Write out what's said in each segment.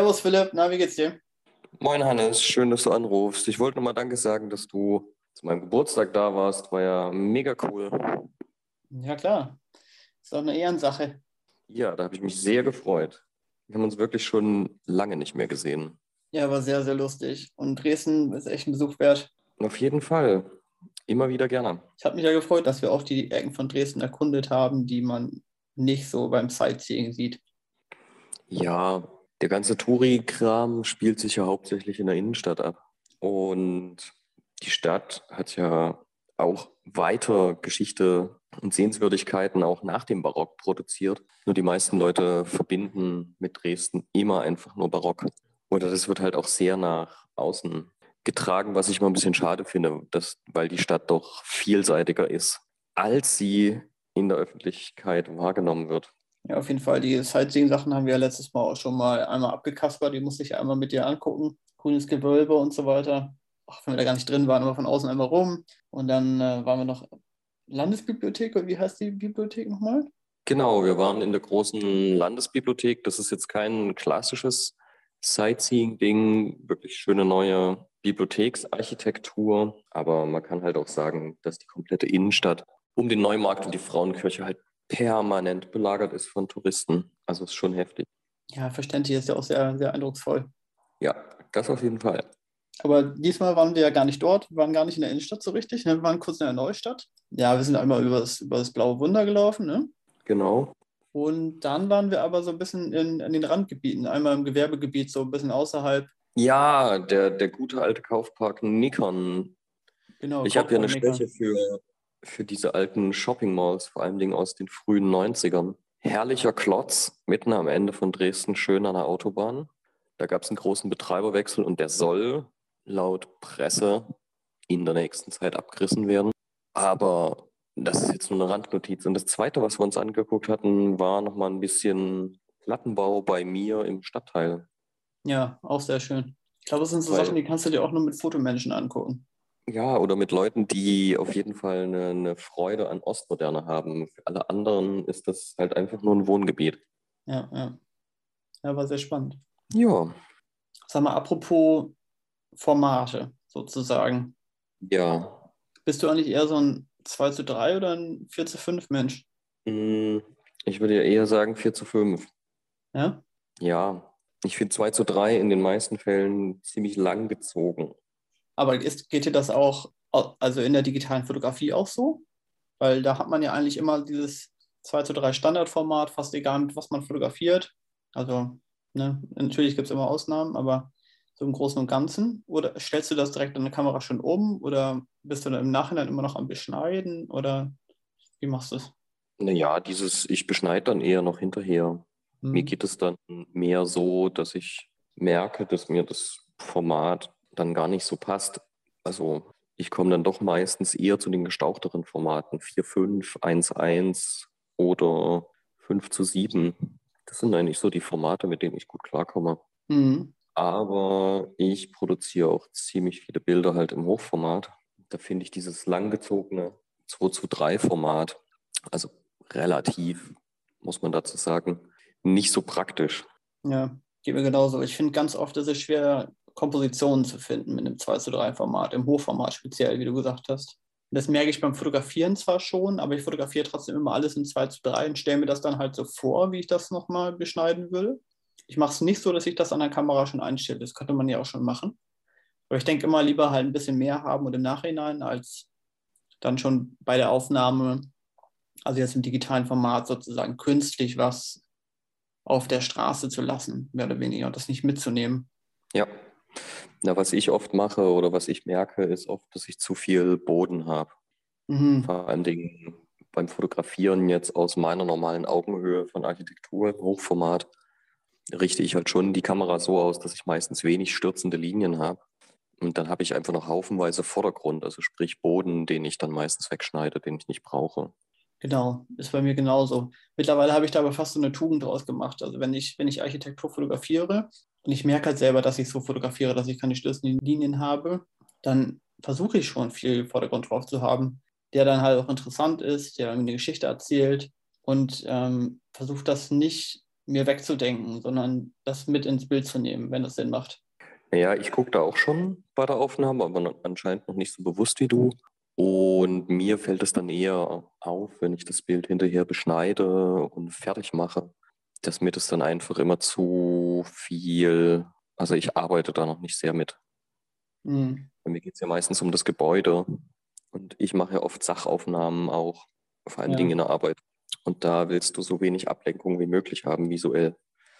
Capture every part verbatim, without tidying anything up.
Servus Philipp, na, wie geht's dir? Moin Hannes, schön, dass du anrufst. Ich wollte nochmal Danke sagen, dass du zu meinem Geburtstag da warst. War ja mega cool. Ja klar, ist doch eine Ehrensache. Ja, da habe ich mich sehr gefreut. Wir haben uns wirklich schon lange nicht mehr gesehen. Ja, war sehr, sehr lustig. Und Dresden ist echt ein Besuch wert. Auf jeden Fall. Immer wieder gerne. Ich habe mich ja gefreut, dass wir auch die Ecken von Dresden erkundet haben, die man nicht so beim Sightseeing sieht. Ja, der ganze Touri-Kram spielt sich ja hauptsächlich in der Innenstadt ab. Und die Stadt hat ja auch weiter Geschichte und Sehenswürdigkeiten auch nach dem Barock produziert. Nur die meisten Leute verbinden mit Dresden immer einfach nur Barock. Oder das wird halt auch sehr nach außen getragen, was ich mal ein bisschen schade finde, dass, weil die Stadt doch vielseitiger ist, als sie in der Öffentlichkeit wahrgenommen wird. Ja, auf jeden Fall. Die Sightseeing-Sachen haben wir ja letztes Mal auch schon mal einmal abgekaspert. Die musste ich einmal mit dir angucken. Grünes Gewölbe und so weiter. Auch wenn wir da gar nicht drin waren, aber von außen einmal rum. Und dann äh, waren wir noch Landesbibliothek, oder wie heißt die Bibliothek nochmal? Genau, wir waren in der großen Landesbibliothek. Das ist jetzt kein klassisches Sightseeing-Ding, wirklich schöne neue Bibliotheksarchitektur. Aber man kann halt auch sagen, dass die komplette Innenstadt um den Neumarkt und die Frauenkirche halt permanent belagert ist von Touristen. Also ist schon heftig. Ja, verständlich, ist ja auch sehr, sehr eindrucksvoll. Ja, das auf jeden Fall. Aber diesmal waren wir ja gar nicht dort, wir waren gar nicht in der Innenstadt so richtig, ne? Wir waren kurz in der Neustadt. Ja, wir sind einmal über das, über das Blaue Wunder gelaufen, ne? Genau. Und dann waren wir aber so ein bisschen in, in den Randgebieten, einmal im Gewerbegebiet, so ein bisschen außerhalb. Ja, der, der gute alte Kaufpark Nikon. Genau, Ich habe ja eine Kaufbräuniger. Schwäche für, für diese alten Shopping Malls, vor allen Dingen aus den frühen Neunzigern. Herrlicher Klotz, mitten am Ende von Dresden, schön an der Autobahn. Da gab es einen großen Betreiberwechsel und der soll laut Presse in der nächsten Zeit abgerissen werden. Aber das ist jetzt nur eine Randnotiz. Und das Zweite, was wir uns angeguckt hatten, war nochmal ein bisschen Plattenbau bei mir im Stadtteil. Ja, auch sehr schön. Ich glaube, das sind so Sachen, Weil die kannst du dir auch nur mit Fotomenschen angucken. Ja, oder mit Leuten, die auf jeden Fall eine, eine Freude an Ostmoderne haben. Für alle anderen ist das halt einfach nur ein Wohngebiet. Ja, ja. Ja, war sehr spannend. Ja, Sag mal, apropos Formate sozusagen. ja. Bist du eigentlich eher so ein zwei zu drei oder ein vier zu fünf Mensch? Hm, Ich würde ja eher sagen vier zu fünf. Ja? Ja, ich finde zwei zu drei in den meisten Fällen ziemlich lang gezogen. Aber ist, geht dir das auch, au- also in der digitalen Fotografie auch so? Weil da hat man ja eigentlich immer dieses zwei zu drei Standardformat, fast egal, mit was man fotografiert. Also, ne, natürlich gibt es immer Ausnahmen, aber so im Großen und Ganzen. Oder stellst du das direkt an der Kamera schon um? Oder bist du dann im Nachhinein immer noch am Beschneiden? Oder wie machst du es? Naja, dieses, ich beschneide dann eher noch hinterher. Mir Hm. geht es dann mehr so, dass ich merke, dass mir das Format dann gar nicht so passt. Also ich komme dann doch meistens eher zu den gestauchteren Formaten vier fünf, eins eins oder fünf zu sieben. Das sind eigentlich so die Formate, mit denen ich gut klarkomme. Hm. Aber ich produziere auch ziemlich viele Bilder halt im Hochformat. Da finde ich dieses langgezogene zwei zu drei Format, also relativ, muss man dazu sagen, nicht so praktisch. Ja, geht mir genauso. Ich finde ganz oft ist es schwer, Kompositionen zu finden mit einem zwei zu drei Format, im Hochformat speziell, wie du gesagt hast. Das merke ich beim Fotografieren zwar schon, aber ich fotografiere trotzdem immer alles in zwei zu drei und stelle mir das dann halt so vor, wie ich das nochmal beschneiden will. Ich mache es nicht so, dass ich das an der Kamera schon einstelle. Das könnte man ja auch schon machen. Aber ich denke immer lieber halt ein bisschen mehr haben und im Nachhinein, als dann schon bei der Aufnahme, also jetzt im digitalen Format sozusagen künstlich was auf der Straße zu lassen, mehr oder weniger, und das nicht mitzunehmen. Ja, na, was ich oft mache oder was ich merke, ist oft, dass ich zu viel Boden habe. Mhm. Vor allen Dingen beim Fotografieren jetzt aus meiner normalen Augenhöhe von Architektur im Hochformat richte ich halt schon die Kamera so aus, dass ich meistens wenig stürzende Linien habe. Und dann habe ich einfach noch haufenweise Vordergrund, also sprich Boden, den ich dann meistens wegschneide, den ich nicht brauche. Genau, ist bei mir genauso. Mittlerweile habe ich da aber fast so eine Tugend draus gemacht. Also wenn ich, wenn ich Architektur fotografiere und ich merke halt selber, dass ich so fotografiere, dass ich keine stürzenden Linien habe, dann versuche ich schon viel Vordergrund drauf zu haben, der dann halt auch interessant ist, der irgendwie eine Geschichte erzählt und ähm, versuche das nicht mir wegzudenken, sondern das mit ins Bild zu nehmen, wenn es Sinn macht. Ja, ich gucke da auch schon bei der Aufnahme, aber noch- anscheinend noch nicht so bewusst wie du. Und mir fällt es dann eher auf, wenn ich das Bild hinterher beschneide und fertig mache, dass mir das dann einfach immer zu viel, also ich arbeite da noch nicht sehr mit. Mhm. Bei mir geht es ja meistens um das Gebäude und ich mache ja oft Sachaufnahmen auch, vor allen Dingen Ja. in der Arbeit. Und da willst du so wenig Ablenkung wie möglich haben, visuell.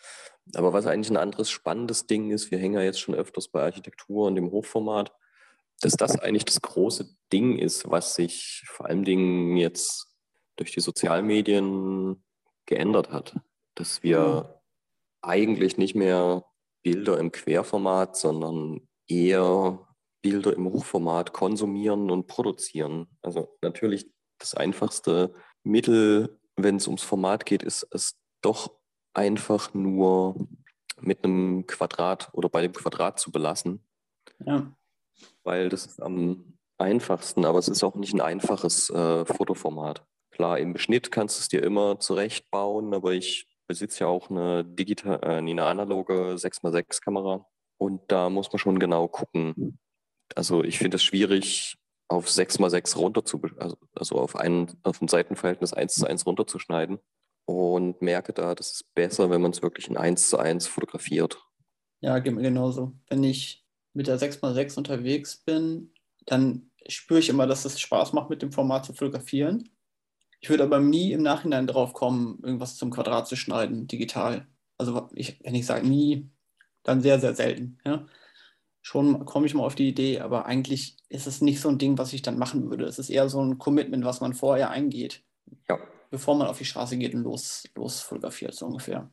Aber was eigentlich ein anderes spannendes Ding ist, wir hängen ja jetzt schon öfters bei Architektur und dem Hochformat, dass das eigentlich das große Ding ist, was sich vor allen Dingen jetzt durch die Sozialmedien geändert hat. Dass Mhm. wir eigentlich nicht mehr Bilder im Querformat, sondern eher Bilder im Hochformat konsumieren und produzieren. Also natürlich das einfachste Mittel, wenn es ums Format geht, ist es doch einfach nur mit einem Quadrat oder bei dem Quadrat zu belassen, Ja. weil das ist am einfachsten, aber es ist auch nicht ein einfaches äh, Fotoformat. Klar, im Beschnitt kannst du es dir immer zurechtbauen, aber ich besitze ja auch eine digital, äh, nee, eine analoge sechs mal sechs Kamera und da muss man schon genau gucken. Also ich finde es schwierig, auf sechs mal sechs runter zu, also, also auf ein, auf ein Seitenverhältnis eins zu eins runterzuschneiden und merke da, das ist besser, wenn man es wirklich in eins zu eins fotografiert. Ja, geht mir genauso. Wenn ich mit der sechs mal sechs unterwegs bin, dann spüre ich immer, dass es Spaß macht, mit dem Format zu fotografieren. Ich würde aber nie im Nachhinein drauf kommen, irgendwas zum Quadrat zu schneiden, digital. Also ich, wenn ich sage nie, dann sehr, sehr selten. Ja? Schon komme ich mal auf die Idee, aber eigentlich ist es nicht so ein Ding, was ich dann machen würde. Es ist eher so ein Commitment, was man vorher eingeht, Ja, bevor man auf die Straße geht und los, los fotografiert, so ungefähr.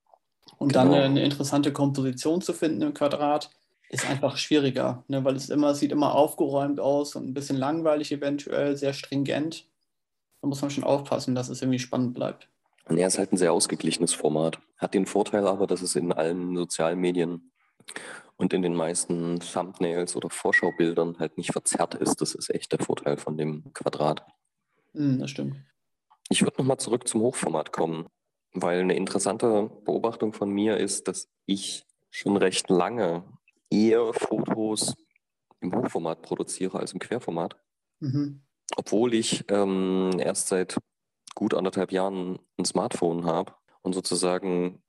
Und dann eine, eine genau. interessante Komposition zu finden im Quadrat, ist einfach schwieriger, ne? Weil es immer, es sieht immer aufgeräumt aus und ein bisschen langweilig eventuell, sehr stringent. Da muss man schon aufpassen, dass es irgendwie spannend bleibt. Und er ist halt ein sehr ausgeglichenes Format. Hat den Vorteil aber, dass es in allen sozialen Medien und in den meisten Thumbnails oder Vorschaubildern halt nicht verzerrt ist. Das ist echt der Vorteil von dem Quadrat. Hm, das stimmt. Ich würde nochmal zurück zum Hochformat kommen, weil eine interessante Beobachtung von mir ist, dass ich schon recht lange eher Fotos im Hochformat produziere als im Querformat, Mhm. obwohl ich ähm, erst seit gut anderthalb Jahren ein Smartphone habe und sozusagen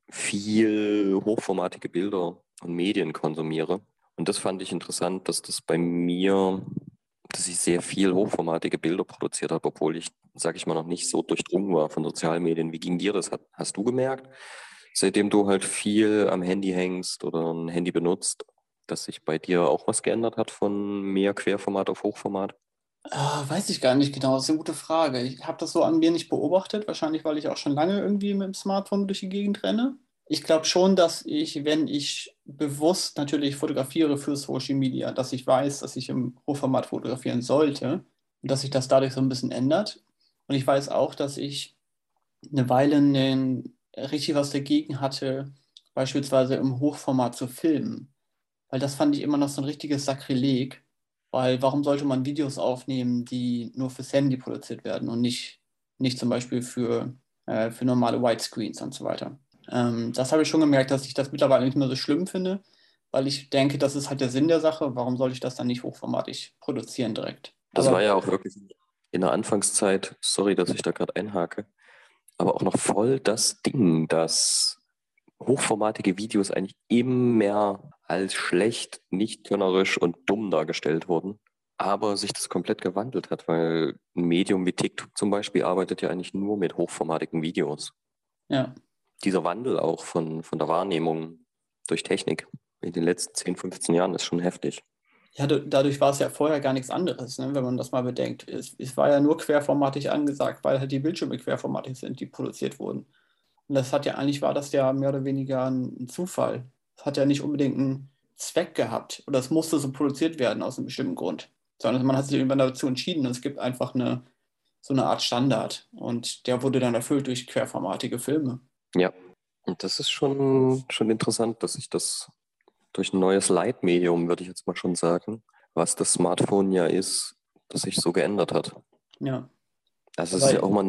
viel hochformatige Bilder und Medien konsumiere. Und das fand ich interessant, dass das bei mir, dass ich sehr viel hochformatige Bilder produziert habe, obwohl ich, sage ich mal, noch nicht so durchdrungen war von sozialen Medien. Wie ging dir das? Hast, hast du gemerkt, seitdem du halt viel am Handy hängst oder ein Handy benutzt, dass sich bei dir auch was geändert hat von mehr Querformat auf Hochformat? Ah, weiß ich gar nicht genau, das ist eine gute Frage. Ich habe das so an mir nicht beobachtet, wahrscheinlich, weil ich auch schon lange irgendwie mit dem Smartphone durch die Gegend renne. Ich glaube schon, dass ich, wenn ich bewusst natürlich fotografiere für Social Media, dass ich weiß, dass ich im Hochformat fotografieren sollte und dass sich das dadurch so ein bisschen ändert. Und ich weiß auch, dass ich eine Weile einen, richtig was dagegen hatte, beispielsweise im Hochformat zu filmen. Weil das fand ich immer noch so ein richtiges Sakrileg. Weil warum sollte man Videos aufnehmen, die nur fürs Handy produziert werden und nicht, nicht zum Beispiel für, äh, für normale Widescreens und so weiter. Ähm, das habe ich schon gemerkt, dass ich das mittlerweile nicht mehr so schlimm finde, weil ich denke, das ist halt der Sinn der Sache. Warum sollte ich das dann nicht hochformatig produzieren direkt? Das war Aber ja auch wirklich in der Anfangszeit, sorry, dass ich da gerade einhake, aber auch noch voll das Ding, dass hochformatige Videos eigentlich immer mehr als schlecht, nicht gönnerisch und dumm dargestellt wurden. Aber sich das komplett gewandelt hat, weil ein Medium wie TikTok zum Beispiel arbeitet ja eigentlich nur mit hochformatigen Videos. ja, Dieser Wandel auch von, von der Wahrnehmung durch Technik in den letzten zehn, fünfzehn Jahren ist schon heftig. ja, da- dadurch war es ja vorher gar nichts anderes, ne, wenn man das mal bedenkt. Es, es war ja nur querformatig angesagt, weil halt die Bildschirme querformatig sind, die produziert wurden. Und das hat ja eigentlich, war das ja mehr oder weniger ein, ein Zufall. Es hat ja nicht unbedingt einen Zweck gehabt oder es musste so produziert werden aus einem bestimmten Grund, sondern man hat sich irgendwann dazu entschieden und es gibt einfach eine, so eine Art Standard und der wurde dann erfüllt durch querformatige Filme. Ja, und das ist schon, schon interessant, dass sich das durch ein neues Leitmedium, würde ich jetzt mal schon sagen, was das Smartphone ja ist, das sich so geändert hat. Ja, Also es ist ja aber auch mal nervig,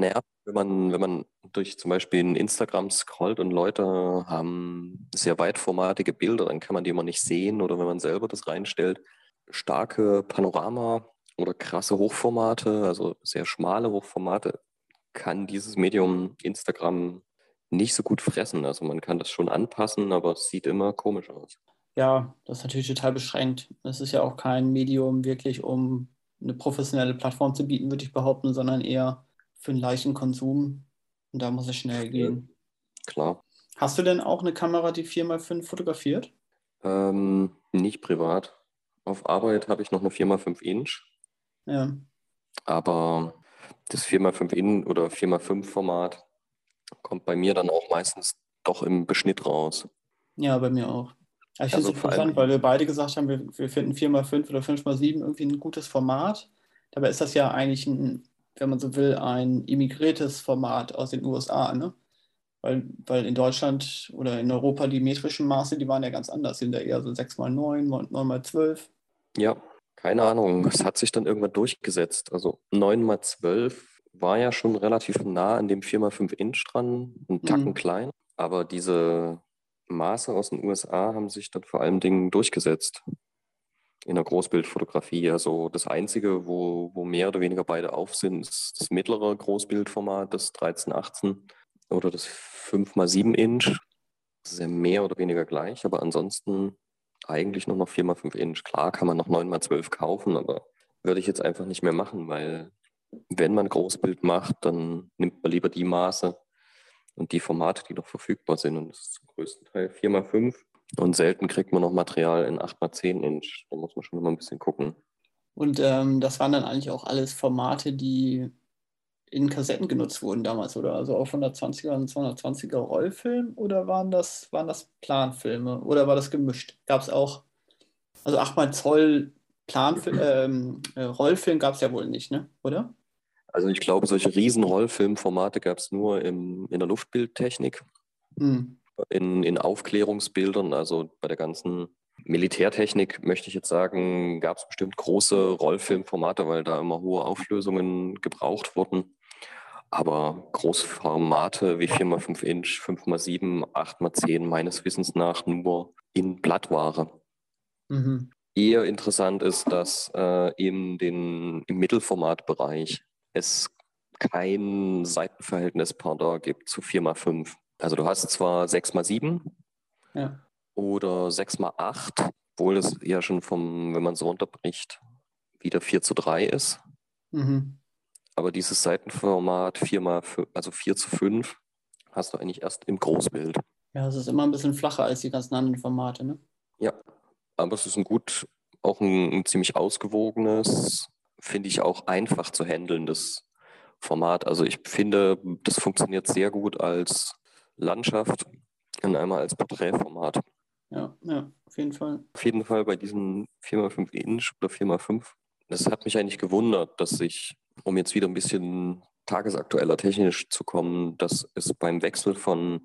Wenn man, wenn man durch zum Beispiel in Instagram scrollt und Leute haben sehr weitformatige Bilder, dann kann man die immer nicht sehen. Oder wenn man selber das reinstellt, starke Panorama oder krasse Hochformate, also sehr schmale Hochformate, kann dieses Medium Instagram nicht so gut fressen. Also man kann das schon anpassen, aber es sieht immer komisch aus. Ja, das ist natürlich total beschränkt. Es ist ja auch kein Medium wirklich, um eine professionelle Plattform zu bieten, würde ich behaupten, sondern eher für einen leichten Konsum. Und da muss es schnell Ja, gehen. klar. Hast du denn auch eine Kamera, die vier mal fünf fotografiert? Ähm, nicht privat. Auf Arbeit habe ich noch eine vier mal fünf Inch, Ja, aber das vier mal fünf In oder vier mal fünf Format kommt bei mir dann auch meistens doch im Beschnitt raus. ja, bei mir auch. Aber ich finde Also es vor allem interessant, weil die, wir beide gesagt haben, wir, wir finden vier mal fünf oder fünf mal sieben irgendwie ein gutes Format. Dabei ist das ja eigentlich ein, wenn man so will, ein immigriertes Format aus den U S A, ne? Weil, weil in Deutschland oder in Europa die metrischen Maße, die waren ja ganz anders. Die sind ja eher so sechs mal neun, neun mal zwölf. ja, keine Ahnung, es hat sich dann irgendwann durchgesetzt. Also neun mal zwölf war ja schon relativ nah an dem vier mal fünf Inch dran, einen Tacken Hm. klein, aber diese Maße aus den U S A haben sich dann vor allem Dingen durchgesetzt in der Großbildfotografie. Also das Einzige, wo, wo mehr oder weniger beide auf sind, ist das mittlere Großbildformat, das dreizehn achtzehn oder das fünf mal sieben Inch. Das ist ja mehr oder weniger gleich, aber ansonsten eigentlich nur noch vier mal fünf Inch. Klar kann man noch neun mal zwölf kaufen, aber würde ich jetzt einfach nicht mehr machen, weil wenn man Großbild macht, dann nimmt man lieber die Maße und die Formate, die noch verfügbar sind. Und das ist zum größten Teil vier mal fünf. Und selten kriegt man noch Material in acht mal zehn Inch. Da muss man schon immer ein bisschen gucken. Und ähm, das waren dann eigentlich auch alles Formate, die in Kassetten genutzt wurden damals, oder? Also auf hundertzwanziger und zweihundertzwanziger Rollfilm oder waren das, waren das Planfilme oder war das gemischt? Gab es auch, also acht mal Zoll Planfilm, ähm, äh, Rollfilm gab es ja wohl nicht, ne? Oder? Also ich glaube, solche riesen Rollfilmformate gab es nur im, in der Luftbildtechnik, Hm. in, in Aufklärungsbildern, also bei der ganzen Militärtechnik, möchte ich jetzt sagen, gab es bestimmt große Rollfilmformate, weil da immer hohe Auflösungen gebraucht wurden. Aber Großformate wie vier mal fünf Inch, fünf mal sieben, acht mal zehn meines Wissens nach nur in Blattware. Mhm. Eher interessant ist, dass äh, in den, im Mittelformatbereich es kein Seitenverhältnis Pendant gibt zu vier mal fünf. Also du hast zwar sechs mal sieben Ja. oder sechs mal acht, obwohl es ja schon vom, wenn man es runterbricht, wieder vier zu drei ist. Mhm. Aber dieses Seitenformat vier mal fünf, also vier zu fünf, hast du eigentlich erst im Großbild. Ja, es ist immer ein bisschen flacher als die ganzen anderen Formate, ne? Ja, aber es ist ein gut, auch ein, ein ziemlich ausgewogenes, finde ich auch einfach zu handelndes Format. Also ich finde, das funktioniert sehr gut als Landschaft und einmal als Porträtformat. Ja, ja, auf jeden Fall. Auf jeden Fall bei diesen vier mal fünf Inch oder vier mal fünf. Das hat mich eigentlich gewundert, dass sich, um jetzt wieder ein bisschen tagesaktueller technisch zu kommen, dass es beim Wechsel von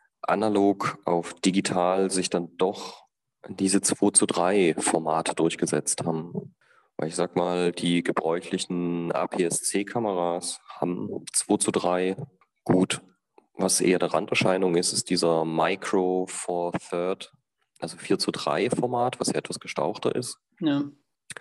analog auf digital sich dann doch diese zwei zu drei Formate durchgesetzt haben. Weil ich sag mal, die gebräuchlichen A P S C-Kameras haben zwei zu drei. Gut, was eher eine Randerscheinung ist, ist dieser Micro Four Third, also vier zu drei Format, was ja etwas gestauchter ist. Ja.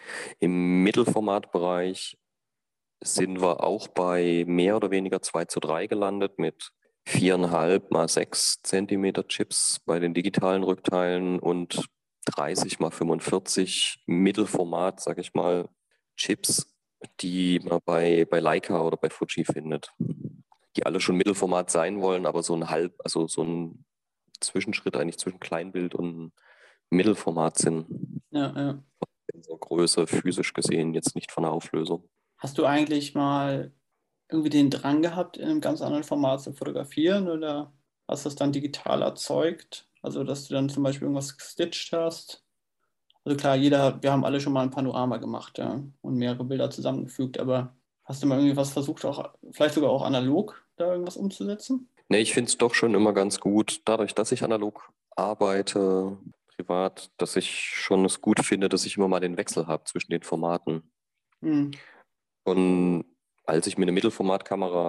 Im Mittelformatbereich sind wir auch bei mehr oder weniger zwei zu drei gelandet mit viereinhalb mal sechs Zentimeter Chips bei den digitalen Rückteilen und dreißig mal fünfundvierzig Mittelformat, sag ich mal, Chips, die man bei, bei Leica oder bei Fuji findet. Die alle schon Mittelformat sein wollen, aber so ein halb, also so ein Zwischenschritt eigentlich zwischen Kleinbild und Mittelformat sind. Ja, ja. In so Größe physisch gesehen, jetzt nicht von der Auflösung. Hast du eigentlich mal irgendwie den Drang gehabt, in einem ganz anderen Format zu fotografieren oder hast du es dann digital erzeugt? Also, dass du dann zum Beispiel irgendwas gestitcht hast? Also klar, jeder, wir haben alle schon mal ein Panorama gemacht, ja, und mehrere Bilder zusammengefügt, aber hast du mal irgendwie was versucht, auch vielleicht sogar auch analog da irgendwas umzusetzen? Nee, ich finde es doch schon immer ganz gut, dadurch, dass ich analog arbeite, privat, dass ich schon es gut finde, dass ich immer mal den Wechsel habe zwischen den Formaten. Hm. Und als ich mir eine Mittelformatkamera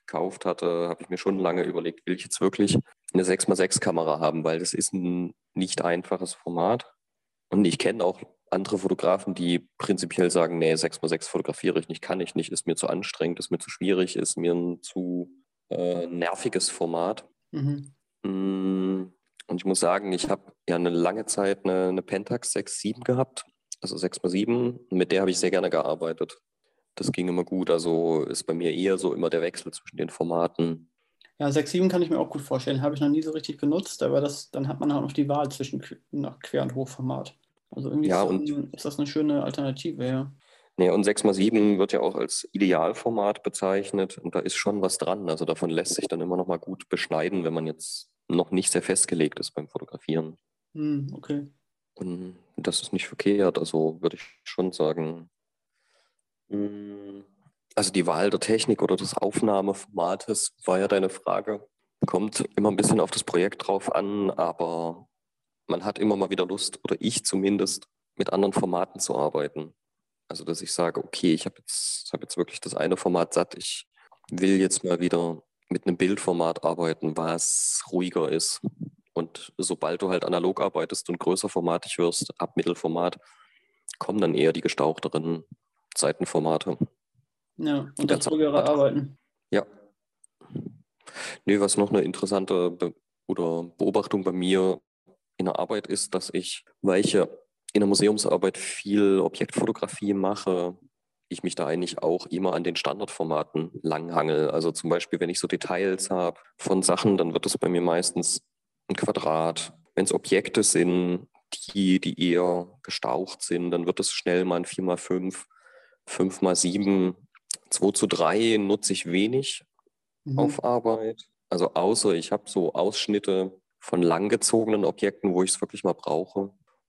gekauft hatte, habe ich mir schon lange überlegt, will ich jetzt wirklich eine sechs mal sechs Kamera haben, weil das ist ein nicht einfaches Format. Und ich kenne auch andere Fotografen, die prinzipiell sagen, nee, sechs mal sechs fotografiere ich nicht, kann ich nicht, ist mir zu anstrengend, ist mir zu schwierig, ist mir ein zu äh, nerviges Format. Mhm. Mm, Und ich muss sagen, ich habe ja eine lange Zeit eine, eine Pentax sechs Komma sieben gehabt, also sechs mal sieben, mit der habe ich sehr gerne gearbeitet. Das ging immer gut, also ist bei mir eher so immer der Wechsel zwischen den Formaten. Ja, sechs Komma sieben kann ich mir auch gut vorstellen. Habe ich noch nie so richtig genutzt, aber das, dann hat man auch noch die Wahl zwischen Qu- nach Quer- und Hochformat. Also irgendwie Ja, ist, und, ähm, ist das eine schöne Alternative, ja. nee, und sechs mal sieben wird ja auch als Idealformat bezeichnet und da ist schon was dran. Also davon lässt sich dann immer noch mal gut beschneiden, wenn man jetzt noch nicht sehr festgelegt ist beim Fotografieren. Hm, okay. Und das ist nicht verkehrt, also würde ich schon sagen. Mm, Also die Wahl der Technik oder des Aufnahmeformates war ja deine Frage. Kommt immer ein bisschen auf das Projekt drauf an, aber man hat immer mal wieder Lust, oder ich zumindest, mit anderen Formaten zu arbeiten. Also dass ich sage, okay, ich habe jetzt, hab jetzt wirklich das eine Format satt, ich will jetzt mal wieder mit einem Bildformat arbeiten, was ruhiger ist. Und sobald du halt analog arbeitest und größer formatig wirst, ab Mittelformat, kommen dann eher die gestauchteren Seitenformate. Ja, und das Ganz ruhigere einfach. Arbeiten. Ja. Nee, was noch eine interessante Be oder Beobachtung bei mir in der Arbeit ist, dass ich, weil ich ja in der Museumsarbeit viel Objektfotografie mache, ich mich da eigentlich auch immer an den Standardformaten langhangel. Also zum Beispiel, wenn ich so Details habe von Sachen, dann wird das bei mir meistens ein Quadrat. Wenn es Objekte sind, die, die eher gestaucht sind, dann wird es schnell mal ein vier mal fünf, fünf mal sieben. zwei zu drei nutze ich wenig Mhm. auf Arbeit. Also außer ich habe so Ausschnitte von langgezogenen Objekten, wo ich es wirklich mal brauche.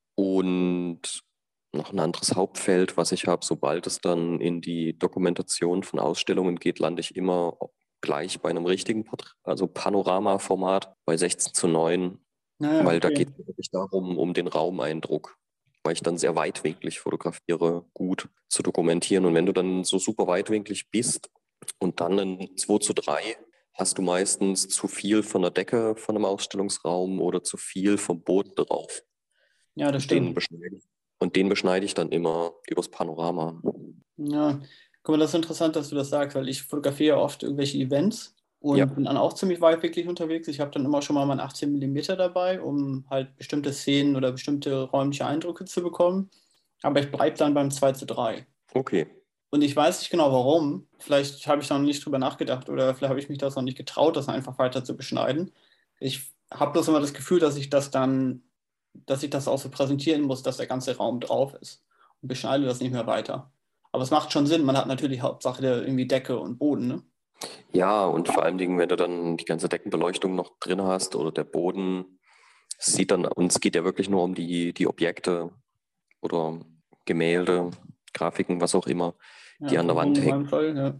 Und noch ein anderes Hauptfeld, was ich habe, sobald es dann in die Dokumentation von Ausstellungen geht, lande ich immer gleich bei einem richtigen Porträt, also Panoramaformat bei sechzehn zu neun, Naja, weil da okay. geht es wirklich darum, um den Raumeindruck, weil ich dann sehr weitwinklig fotografiere, gut zu dokumentieren. Und wenn du dann so super weitwinklig bist und dann ein zwei zu drei, hast du meistens zu viel von der Decke von einem Ausstellungsraum oder zu viel vom Boden drauf. Ja, das Und den stimmt. beschneide ich, und den beschneide ich dann immer übers Panorama. Ja, guck mal, das ist interessant, dass du das sagst, weil ich fotografiere oft irgendwelche Events Ja, und bin dann auch ziemlich weitwinklig unterwegs. Ich habe dann immer schon mal mein achtzehn Millimeter dabei, um halt bestimmte Szenen oder bestimmte räumliche Eindrücke zu bekommen. Aber ich bleibe dann beim zwei zu drei. okay. Und ich weiß nicht genau warum. Vielleicht habe ich noch nicht drüber nachgedacht oder vielleicht habe ich mich das noch nicht getraut, das einfach weiter zu beschneiden. Ich habe bloß immer das Gefühl, dass ich das dann, dass ich das auch so präsentieren muss, dass der ganze Raum drauf ist und beschneide das nicht mehr weiter. Aber es macht schon Sinn. Man hat natürlich Hauptsache der irgendwie Decke und Boden, ne? Ja, und vor allen Dingen, wenn du dann die ganze Deckenbeleuchtung noch drin hast oder der Boden, sieht dann, und es geht ja wirklich nur um die, die Objekte oder Gemälde, Grafiken, was auch immer, Ja, die an der Person Wand in hängen, meinem Fall, ja.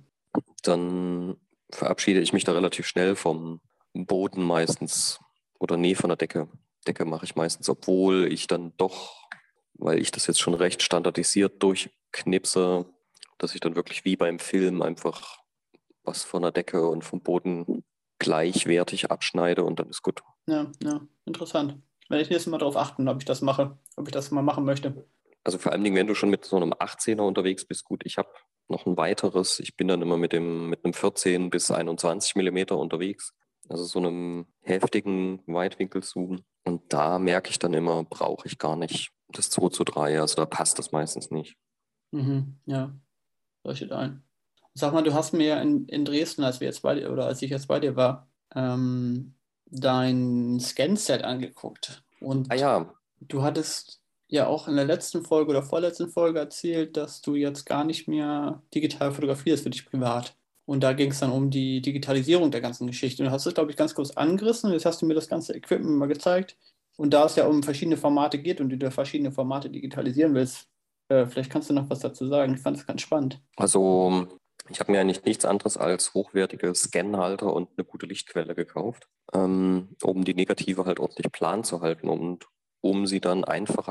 dann verabschiede ich mich da relativ schnell vom Boden meistens oder nee, von der Decke. Decke mache ich meistens, obwohl ich dann doch, weil ich das jetzt schon recht standardisiert durchknipse, dass ich dann wirklich wie beim Film einfach was von der Decke und vom Boden gleichwertig abschneide und dann ist gut. Ja, ja, interessant. Werde ich nächstes Mal darauf achten, ob ich das mache, ob ich das mal machen möchte. Also vor allen Dingen, wenn du schon mit so einem achtzehner unterwegs bist, gut, ich habe noch ein weiteres, ich bin dann immer mit dem mit einem vierzehn bis einundzwanzig Millimeter unterwegs, also so einem heftigen Weitwinkelzoom. Und da merke ich dann immer, brauche ich gar nicht das zwei zu drei, also da passt das meistens nicht. Mhm, ja, leuchtet ein. Sag mal, du hast mir in, in Dresden, als wir jetzt bei dir, oder als ich jetzt bei dir war, ähm, dein Scanset angeguckt. Ah Und ja, du hattest ja auch in der letzten Folge oder vorletzten Folge erzählt, dass du jetzt gar nicht mehr digital fotografierst für dich privat. Und da ging es dann um die Digitalisierung der ganzen Geschichte. Und du hast es, glaube ich, ganz kurz angerissen. Jetzt hast du mir das ganze Equipment mal gezeigt. Und da es ja um verschiedene Formate geht und du da verschiedene Formate digitalisieren willst, äh, vielleicht kannst du noch was dazu sagen. Ich fand es ganz spannend. also ich habe mir eigentlich nichts anderes als hochwertige Scanhalter und eine gute Lichtquelle gekauft, ähm, um die Negative halt ordentlich plan zu halten und um sie dann einfacher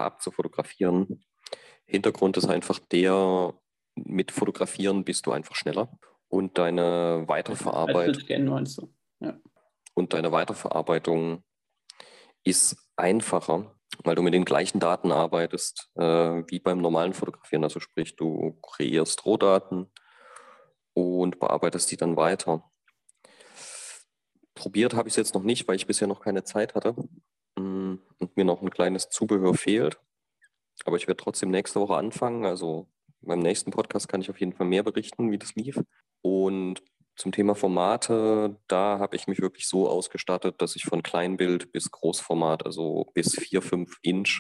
abzufotografieren. Hintergrund ist einfach der, mit Fotografieren bist du einfach schneller. Und deine Als Weiterverarbeitung Bitscan meinst du? Ja. und deine Weiterverarbeitung ist einfacher, weil du mit den gleichen Daten arbeitest äh, wie beim normalen Fotografieren. Also sprich, du kreierst Rohdaten und bearbeitest die dann weiter. Probiert habe ich es jetzt noch nicht, weil ich bisher noch keine Zeit hatte mm, und mir noch ein kleines Zubehör fehlt. Aber ich werde trotzdem nächste Woche anfangen. Also beim nächsten Podcast kann ich auf jeden Fall mehr berichten, wie das lief. Und zum Thema Formate, da habe ich mich wirklich so ausgestattet, dass ich von Kleinbild bis Großformat, also bis vier, fünf Inch,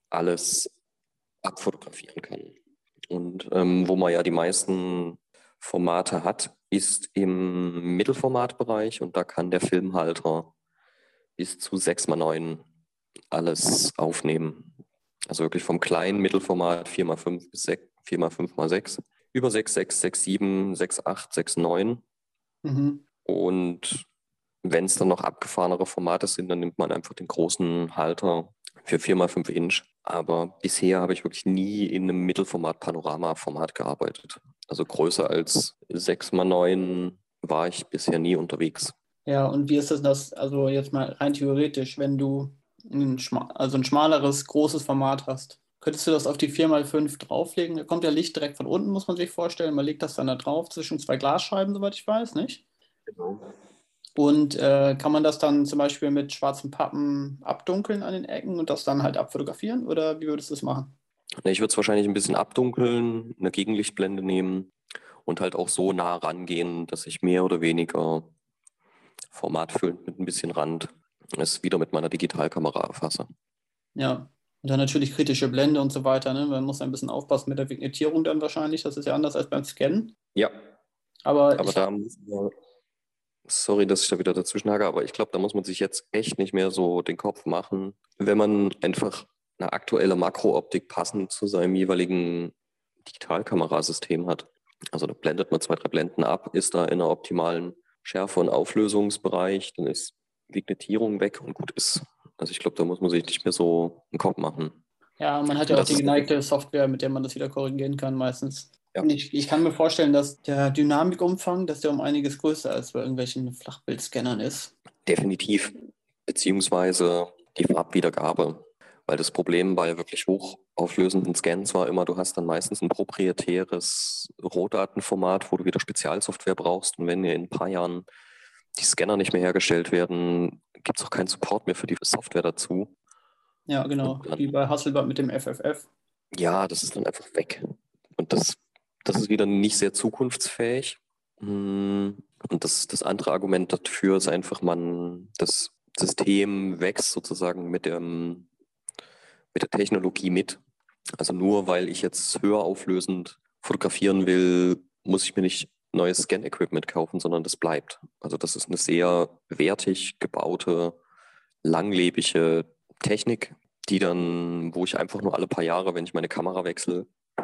alles abfotografieren kann. Und ähm, wo man ja die meisten Formate hat, ist im Mittelformatbereich und da kann der Filmhalter bis zu sechs mal neun alles aufnehmen. Also wirklich vom kleinen Mittelformat vier mal fünf bis vier mal fünf mal sechs, über sechs, sechs, sechs, sieben, sechs, acht, sechs, neun. Mhm. Und wenn es dann noch abgefahrenere Formate sind, dann nimmt man einfach den großen Halter für vier mal fünf Inch. Aber bisher habe ich wirklich nie in einem Mittelformat-Panorama-Format gearbeitet. Also größer als sechs mal neun war ich bisher nie unterwegs. Ja, und wie ist das, das, also jetzt mal rein theoretisch, wenn du ein, schma also ein schmaleres, großes Format hast, könntest du das auf die vier mal fünf drauflegen? Da kommt ja Licht direkt von unten, muss man sich vorstellen. Man legt das dann da drauf zwischen zwei Glasscheiben, soweit ich weiß, nicht? Genau. Und äh, kann man das dann zum Beispiel mit schwarzem Pappen abdunkeln an den Ecken und das dann halt abfotografieren? Oder wie würdest du das machen? Ich würde es wahrscheinlich ein bisschen abdunkeln, eine Gegenlichtblende nehmen und halt auch so nah rangehen, dass ich mehr oder weniger formatfüllend mit ein bisschen Rand es wieder mit meiner Digitalkamera erfasse. Ja. Und dann natürlich kritische Blende und so weiter. Ne? Man muss ein bisschen aufpassen mit der Vignettierung dann wahrscheinlich. Das ist ja anders als beim Scannen. Ja, Aber aber ich, da muss man, sorry, dass ich da wieder dazwischen hake, aber ich glaube, da muss man sich jetzt echt nicht mehr so den Kopf machen, wenn man einfach eine aktuelle Makrooptik passend zu seinem jeweiligen Digitalkamerasystem hat. Also da blendet man zwei, drei Blenden ab, ist da in einer optimalen Schärfe- und Auflösungsbereich, dann ist Vignettierung weg und gut ist. Also ich glaube, da muss man sich nicht mehr so einen Kopf machen. ja, man hat ja Und auch das die ist, geneigte Software, mit der man das wieder korrigieren kann meistens. ja, Und ich, ich kann mir vorstellen, dass der Dynamikumfang, dass der um einiges größer als bei irgendwelchen Flachbildscannern ist. definitiv. Beziehungsweise die Farbwiedergabe. Weil das Problem bei wirklich hochauflösenden Scans war immer, du hast dann meistens ein proprietäres Rohdatenformat, wo du wieder Spezialsoftware brauchst. Und wenn dir in ein paar Jahren die Scanner nicht mehr hergestellt werden, gibt es auch keinen Support mehr für die Software dazu. Ja, genau. Und dann, Wie bei Hasselblad mit dem F F F. ja, das ist dann einfach weg. Und das, das ist wieder nicht sehr zukunftsfähig. Mm, Und das, das andere Argument dafür ist einfach, man, das System wächst sozusagen mit dem, mit der Technologie mit. Also nur weil ich jetzt höher auflösend fotografieren will, muss ich mir nicht neues Scan-Equipment kaufen, sondern das bleibt. Also das ist eine sehr wertig gebaute, langlebige Technik, die dann, wo ich einfach nur alle paar Jahre, wenn ich meine Kamera wechsle,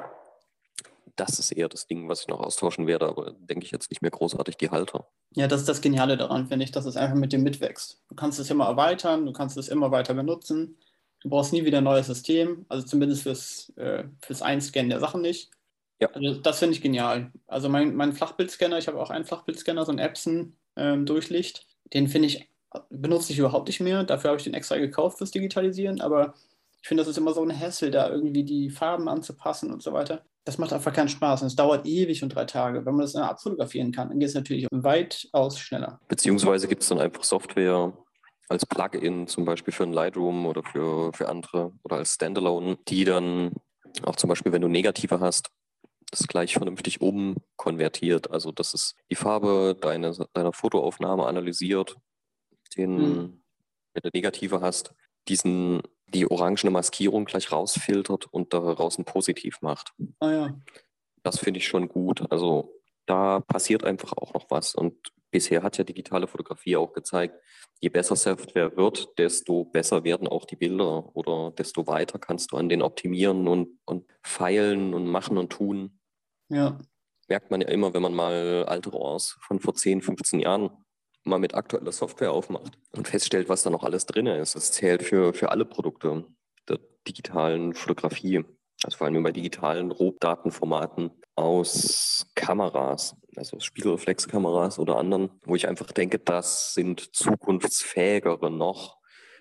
das ist eher das Ding, was ich noch austauschen werde, aber denke ich jetzt nicht mehr großartig die Halter. Ja, das ist das Geniale daran, finde ich, dass es einfach mit dem mitwächst. Du kannst es immer erweitern, du kannst es immer weiter benutzen. Du brauchst nie wieder ein neues System, also zumindest fürs, äh, fürs Einscannen der Sachen nicht. Ja, Also das finde ich genial. Also mein, mein Flachbildscanner, ich habe auch einen Flachbildscanner, so einen Epson ähm, Durchlicht. Den finde ich, benutze ich überhaupt nicht mehr. Dafür habe ich den extra gekauft fürs Digitalisieren. Aber ich finde, das ist immer so ein Hassel, da irgendwie die Farben anzupassen und so weiter. Das macht einfach keinen Spaß. Und es dauert ewig und drei Tage. Wenn man das dann abfotografieren kann, dann geht es natürlich weitaus schneller. beziehungsweise gibt es dann einfach Software als Plugin, zum Beispiel für ein Lightroom oder für, für andere oder als Standalone, die dann auch zum Beispiel, wenn du Negative hast, das gleich vernünftig umkonvertiert. Also das ist die Farbe deiner, deiner Fotoaufnahme analysiert, Hm. den, wenn du Negative hast, diesen, die orangene Maskierung gleich rausfiltert und daraus ein Positiv macht. Ah ja. Das finde ich schon gut. Also da passiert einfach auch noch was. Und bisher hat ja digitale Fotografie auch gezeigt, je besser Software wird, desto besser werden auch die Bilder oder desto weiter kannst du an denen optimieren und, und feilen und machen und tun. Ja. Merkt man ja immer, wenn man mal alte RAWs von vor zehn, fünfzehn Jahren mal mit aktueller Software aufmacht und feststellt, was da noch alles drin ist. Das zählt für, für alle Produkte der digitalen Fotografie. Also vor allem bei digitalen Rohdatenformaten aus Kameras. also Spiegelreflexkameras oder anderen, wo ich einfach denke, das sind zukunftsfähigere noch,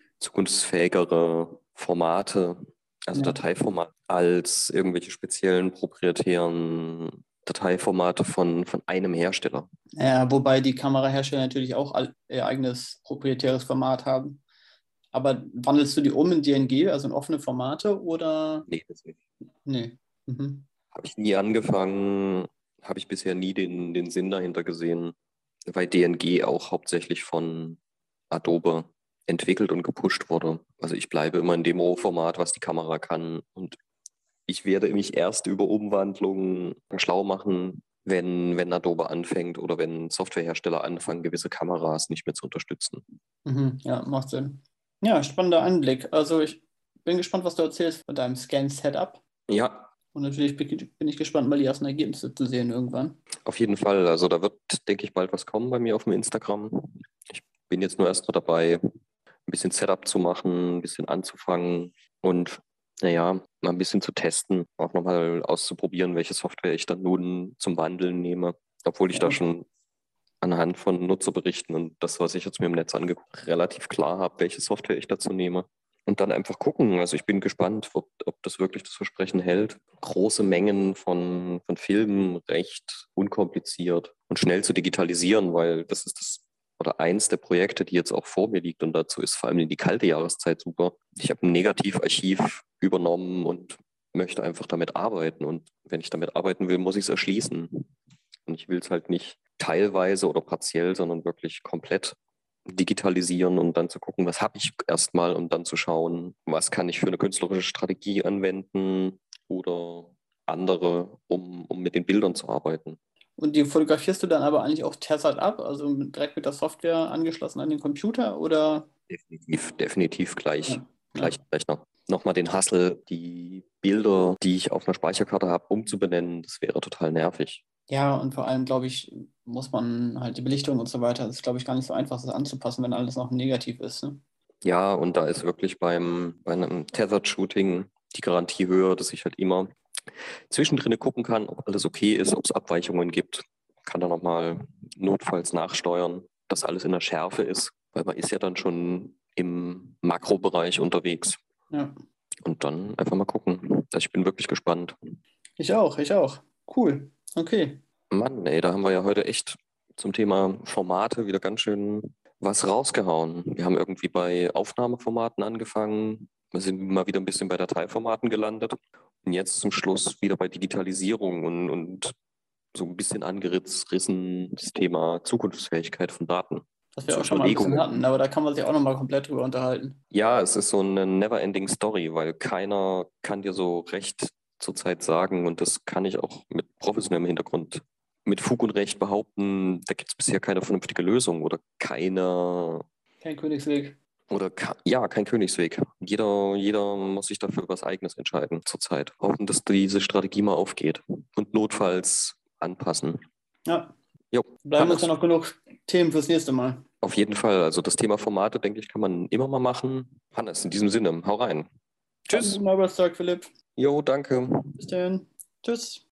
zukunftsfähigere Formate, also Ja. Dateiformat, als irgendwelche speziellen proprietären Dateiformate von, von einem Hersteller. Ja, wobei die Kamerahersteller natürlich auch all, ihr eigenes proprietäres Format haben. Aber wandelst du die um in D N G, also in offene Formate oder? Nee, das nicht. Nee. Mhm. Habe ich nie angefangen, habe ich bisher nie den, den Sinn dahinter gesehen, weil D N G auch hauptsächlich von Adobe entwickelt und gepusht wurde. Also ich bleibe immer in dem Rohformat, was die Kamera kann, und ich werde mich erst über Umwandlungen schlau machen, wenn, wenn Adobe anfängt oder wenn Softwarehersteller anfangen, gewisse Kameras nicht mehr zu unterstützen. Mhm. Ja, macht Sinn. Ja, spannender Anblick. Also ich bin gespannt, was du erzählst von deinem Scan-Setup. Ja, Und natürlich bin bin ich gespannt, mal die ersten Ergebnisse zu sehen irgendwann. auf jeden Fall. Also da wird, denke ich, bald was kommen bei mir auf dem Instagram. Ich bin jetzt nur erst mal dabei, ein bisschen Setup zu machen, ein bisschen anzufangen und naja, mal ein bisschen zu testen, auch nochmal auszuprobieren, welche Software ich dann nun zum Wandeln nehme. Obwohl ich da Ja. schon anhand von Nutzerberichten und das, was ich jetzt mir im Netz angeguckt, relativ klar habe, welche Software ich dazu nehme. Und dann einfach gucken. Also ich bin gespannt, ob, ob das wirklich das Versprechen hält. Große Mengen von, von Filmen recht unkompliziert und schnell zu digitalisieren, weil das ist das oder eins der Projekte, die jetzt auch vor mir liegt. Und dazu ist vor allem in die kalte Jahreszeit super. Ich habe ein Negativarchiv übernommen und möchte einfach damit arbeiten. Und wenn ich damit arbeiten will, muss ich es erschließen. Und ich will es halt nicht teilweise oder partiell, sondern wirklich komplett digitalisieren und dann zu gucken, was habe ich erstmal, und dann zu schauen, was kann ich für eine künstlerische Strategie anwenden oder andere, um, um mit den Bildern zu arbeiten. Und die fotografierst du dann aber eigentlich auch tethered ab, also mit, direkt mit der Software angeschlossen an den Computer oder? Definitiv, definitiv gleich, Ja, gleich ja. Rechner. Nochmal den Hassel, die Bilder, die ich auf einer Speicherkarte habe, umzubenennen, das wäre total nervig. Ja, und vor allem, glaube ich, muss man halt die Belichtung und so weiter, das ist, glaube ich, gar nicht so einfach, das anzupassen, wenn alles noch negativ ist. Ne? Ja, und da ist wirklich beim, bei einem Tethered Shooting die Garantie höher, dass ich halt immer zwischendrin gucken kann, ob alles okay ist, ob es Abweichungen gibt. Kann dann nochmal notfalls nachsteuern, dass alles in der Schärfe ist, weil man ist ja dann schon im Makrobereich unterwegs. Ja, Und dann einfach mal gucken. Also ich bin wirklich gespannt. ich auch, ich auch. Cool, okay. Mann, ey, da haben wir ja heute echt zum Thema Formate wieder ganz schön was rausgehauen. Wir haben irgendwie bei Aufnahmeformaten angefangen. Wir sind mal wieder ein bisschen bei Dateiformaten gelandet. Und jetzt zum Schluss wieder bei Digitalisierung und, und so ein bisschen angerissen das Thema Zukunftsfähigkeit von Daten. Was wir So auch schon mal ein bisschen Überlegungen. hatten, aber da kann man sich auch nochmal komplett drüber unterhalten. Ja, es ist so eine never-ending Story, weil keiner kann dir so recht zurzeit sagen, und das kann ich auch mit professionellem Hintergrund mit Fug und Recht behaupten, da gibt es bisher keine vernünftige Lösung oder keine, Kein Königsweg. oder ka- ja, kein Königsweg. Jeder, jeder muss sich dafür was Eigenes entscheiden zurzeit. Hoffen, dass diese Strategie mal aufgeht und notfalls anpassen. Ja, Jo, bleiben uns ja Hannes, noch genug Themen fürs nächste Mal. auf jeden Fall. Also das Thema Formate, denke ich, kann man immer mal machen. Hannes, in diesem Sinne, hau rein. Hab einen Tschüss. guten Arbeitstag, Philipp. Jo, danke. Bis dann. Tschüss.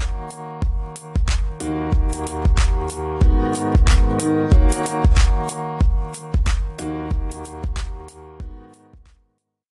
Thank you.